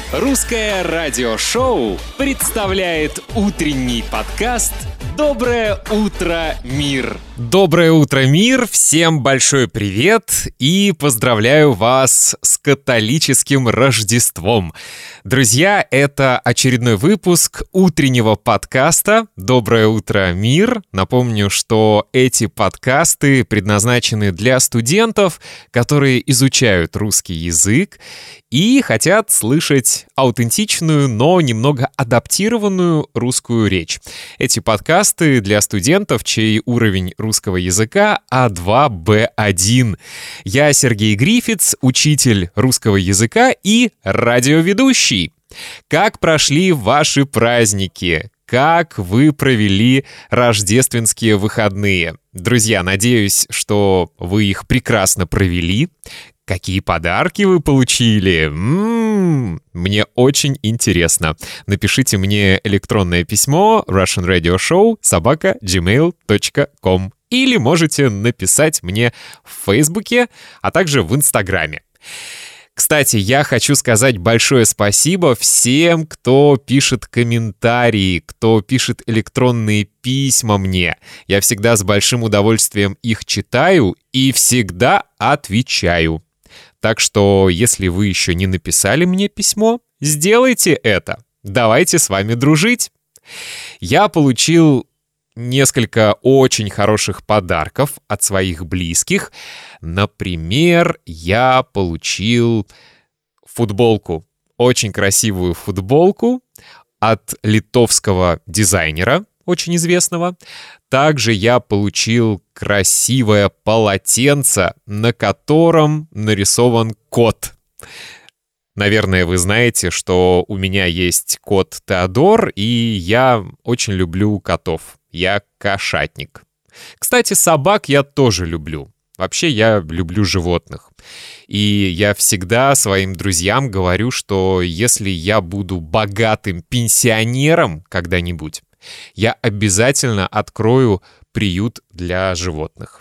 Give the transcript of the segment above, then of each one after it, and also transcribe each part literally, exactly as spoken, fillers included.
Русское радиошоу представляет утренний подкаст «Доброе утро, мир». Доброе утро, мир! Всем большой привет и поздравляю вас с католическим Рождеством. Друзья, это очередной выпуск утреннего подкаста «Доброе утро, мир». Напомню, что эти подкасты предназначены для студентов, которые изучают русский язык и хотят слышать аутентичную, но немного адаптированную русскую речь. Эти подкасты для студентов, чей уровень русского языка а два бэ один. Я Сергей Грифиц, учитель русского языка и радиоведущий. Как прошли ваши праздники? Как вы провели рождественские выходные? Друзья, надеюсь, что вы их прекрасно провели. Какие подарки вы получили? М-м-м, мне очень интересно. Напишите мне электронное письмо russian radio show собака gmail точка ком или можете написать мне в Фейсбуке, а также в Инстаграме. Кстати, я хочу сказать большое спасибо всем, кто пишет комментарии, кто пишет электронные письма мне. Я всегда с большим удовольствием их читаю и всегда отвечаю. Так что, если вы еще не написали мне письмо, сделайте это. Давайте с вами дружить. Я получил несколько очень хороших подарков от своих близких. Например, я получил футболку, очень красивую футболку от литовского дизайнера, очень известного. Также я получил красивое полотенце, на котором нарисован кот. Наверное, вы знаете, что у меня есть кот Теодор, и я очень люблю котов. Я кошатник. Кстати, собак я тоже люблю. Вообще, я люблю животных. И я всегда своим друзьям говорю, что если я буду богатым пенсионером когда-нибудь, я обязательно открою приют для животных.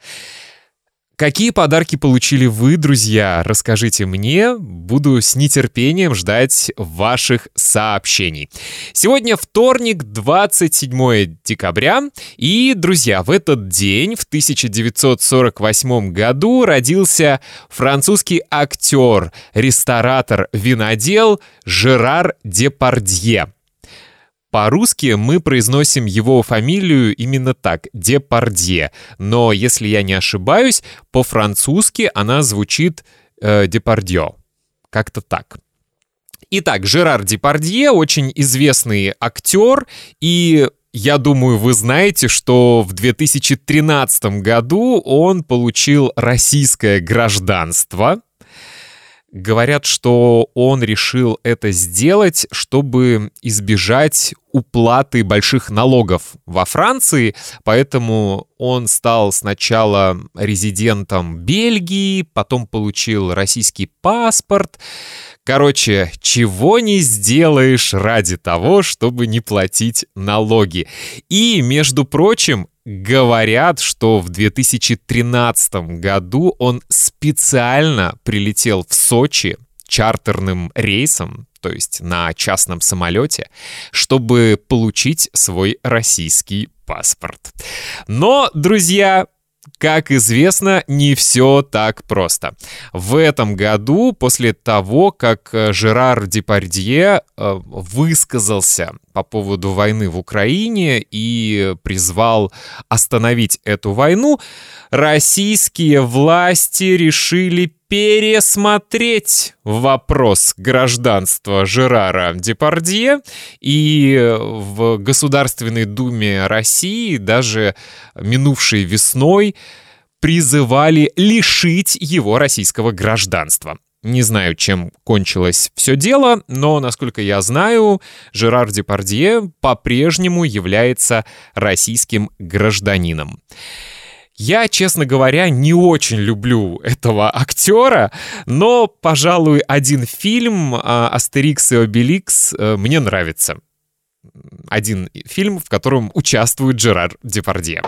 Какие подарки получили вы, друзья? Расскажите мне. Буду с нетерпением ждать ваших сообщений. Сегодня вторник, двадцать седьмое декабря. И, друзья, в этот день, в тысяча девятьсот сорок восьмом году, родился французский актер, ресторатор, винодел Жерар Депардье. По-русски мы произносим его фамилию именно так — Депардье. Но, если я не ошибаюсь, по-французски она звучит э, Депардье. Как-то так. Итак, Жерар Депардье — очень известный актер, и я думаю, вы знаете, что в две тысячи тринадцатом году он получил российское гражданство. Говорят, что он решил это сделать, чтобы избежать уплаты больших налогов во Франции, поэтому он стал сначала резидентом Бельгии, потом получил российский паспорт. Короче, чего не сделаешь ради того, чтобы не платить налоги. И, между прочим, говорят, что в две тысячи тринадцатом году он специально прилетел в Сочи чартерным рейсом, то есть на частном самолете, чтобы получить свой российский паспорт. Но, друзья, как известно, не все так просто. В этом году, после того, как Жерар Депардье высказался по поводу войны в Украине и призвал остановить эту войну, российские власти решили пересмотреть вопрос гражданства Жерара Депардье, и в Государственной Думе России даже минувшей весной призывали лишить его российского гражданства. Не знаю, чем кончилось все дело, но, насколько я знаю, Жерар Депардье по-прежнему является российским гражданином. Я, честно говоря, не очень люблю этого актера, но, пожалуй, один фильм «Астерикс и Обеликс» мне нравится. Один фильм, в котором участвует Жерар Депардье.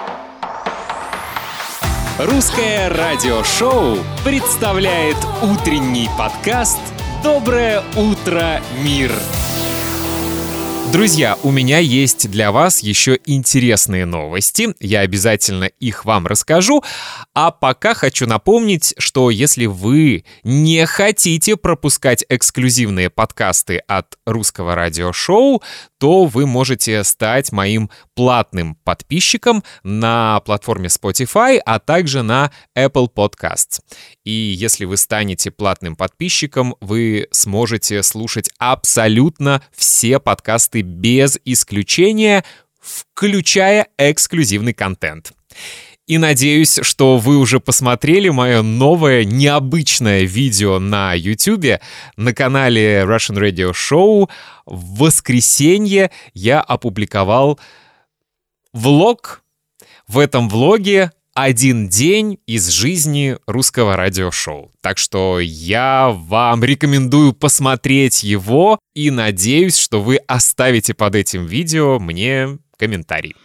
Русское радиошоу представляет утренний подкаст Доброе утро, мир! Друзья, у меня есть для вас еще интересные новости. Я обязательно их вам расскажу. А пока хочу напомнить, что если вы не хотите пропускать эксклюзивные подкасты от Русского радиошоу, то вы можете стать моим платным подписчиком на платформе Spotify, а также на Apple Podcasts. И если вы станете платным подписчиком, вы сможете слушать абсолютно все подкасты без исключения, включая эксклюзивный контент. И надеюсь, что вы уже посмотрели мое новое необычное видео на YouTube на канале Russian Radio Show. В воскресенье я опубликовал влог. В этом влоге один день из жизни Русского радиошоу. Так что я вам рекомендую посмотреть его и надеюсь, что вы оставите под этим видео мне комментарий.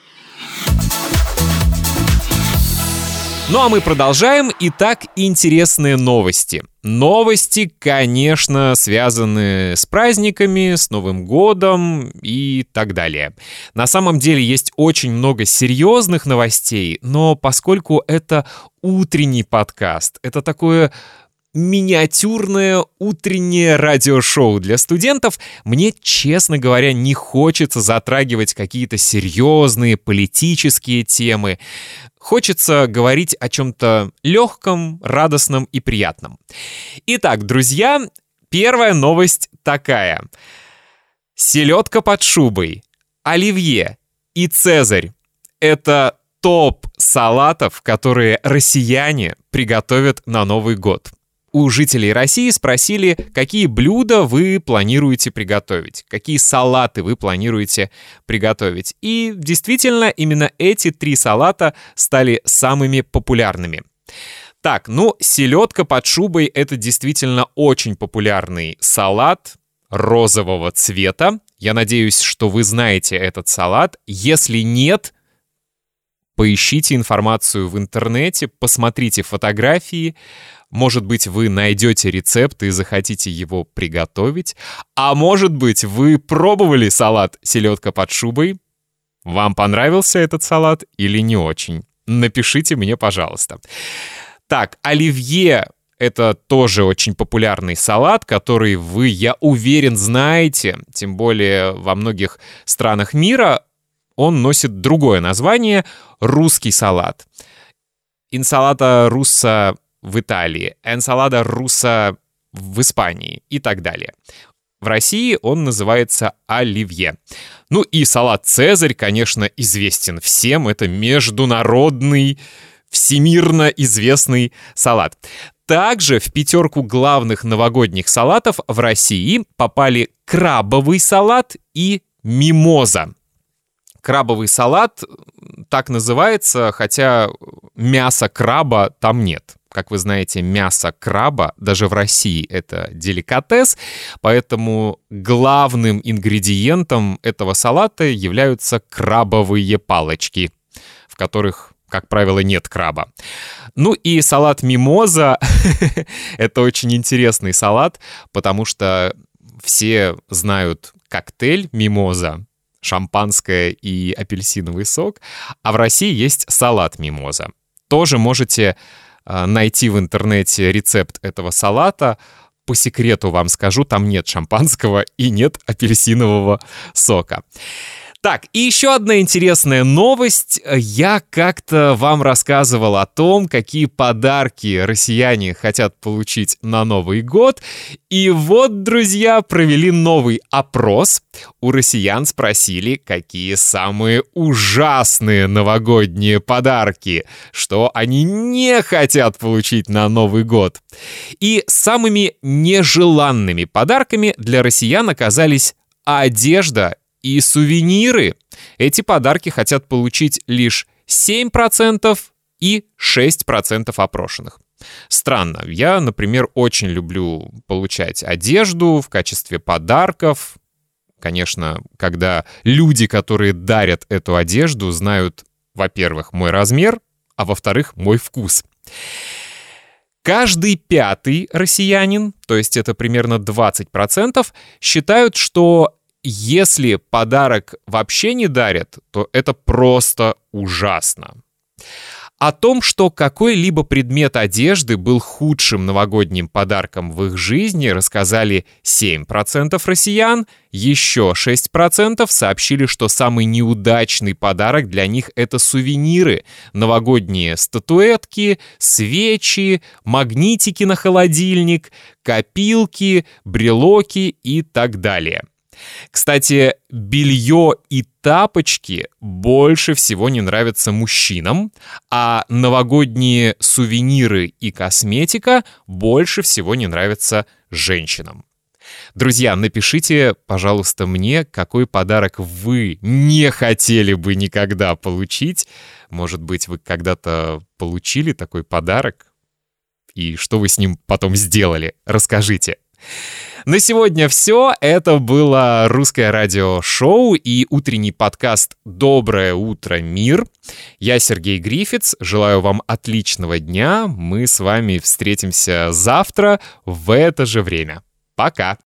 Ну а мы продолжаем. Итак, интересные новости. Новости, конечно, связаны с праздниками, с Новым годом и так далее. На самом деле есть очень много серьезных новостей, но поскольку это утренний подкаст, это такое миниатюрное утреннее радиошоу для студентов, мне, честно говоря, не хочется затрагивать какие-то серьезные политические темы. Хочется говорить о чем-то легком, радостном и приятном. Итак, друзья, первая новость такая. Селедка под шубой, оливье и цезарь — это топ салатов, которые россияне приготовят на Новый год. У жителей России спросили, какие блюда вы планируете приготовить, какие салаты вы планируете приготовить. И действительно, именно эти три салата стали самыми популярными. Так, ну, селедка под шубой — это действительно очень популярный салат розового цвета. Я надеюсь, что вы знаете этот салат. Если нет, поищите информацию в интернете, посмотрите фотографии. Может быть, вы найдете рецепт и захотите его приготовить. А может быть, вы пробовали салат селедка под шубой? Вам понравился этот салат или не очень? Напишите мне, пожалуйста. Так, оливье — это тоже очень популярный салат, который вы, я уверен, знаете. Тем более во многих странах мира он носит другое название — русский салат. Инсалата русса в Италии, энсалада русса в Испании и так далее. В России он называется оливье. Ну и салат «Цезарь», конечно, известен всем. Это международный, всемирно известный салат. Также в пятерку главных новогодних салатов в России попали крабовый салат и мимоза. Крабовый салат так называется, хотя мяса краба там нет. Как вы знаете, мясо краба даже в России — это деликатес, поэтому главным ингредиентом этого салата являются крабовые палочки, в которых, как правило, нет краба. Ну и салат мимоза — это очень интересный салат, потому что все знают коктейль мимоза, шампанское и апельсиновый сок, а в России есть салат мимоза. Тоже можете найти в интернете рецепт этого салата. По секрету вам скажу, там нет шампанского и нет апельсинового сока. Так, и еще одна интересная новость. Я как-то вам рассказывал о том, какие подарки россияне хотят получить на Новый год. И вот, друзья, провели новый опрос. У россиян спросили, какие самые ужасные новогодние подарки, что они не хотят получить на Новый год. И самыми нежеланными подарками для россиян оказались одежда и сувениры. Эти подарки хотят получить лишь семь процентов и шесть процентов опрошенных. Странно. Я, например, очень люблю получать одежду в качестве подарков. Конечно, когда люди, которые дарят эту одежду, знают, во-первых, мой размер, а во-вторых, мой вкус. Каждый пятый россиянин, то есть это примерно двадцать процентов, считают, что если подарок вообще не дарят, то это просто ужасно. О том, что какой-либо предмет одежды был худшим новогодним подарком в их жизни, рассказали семь процентов россиян, еще шесть процентов сообщили, что самый неудачный подарок для них — это сувениры, новогодние статуэтки, свечи, магнитики на холодильник, копилки, брелоки и так далее. Кстати, белье и тапочки больше всего не нравятся мужчинам, а новогодние сувениры и косметика больше всего не нравятся женщинам. Друзья, напишите, пожалуйста, мне, какой подарок вы не хотели бы никогда получить. Может быть, вы когда-то получили такой подарок? И что вы с ним потом сделали? Расскажите. На сегодня все. Это было русское радиошоу и утренний подкаст «Доброе утро, мир». Я Сергей Грифиц. Желаю вам отличного дня. Мы с вами встретимся завтра в это же время. Пока.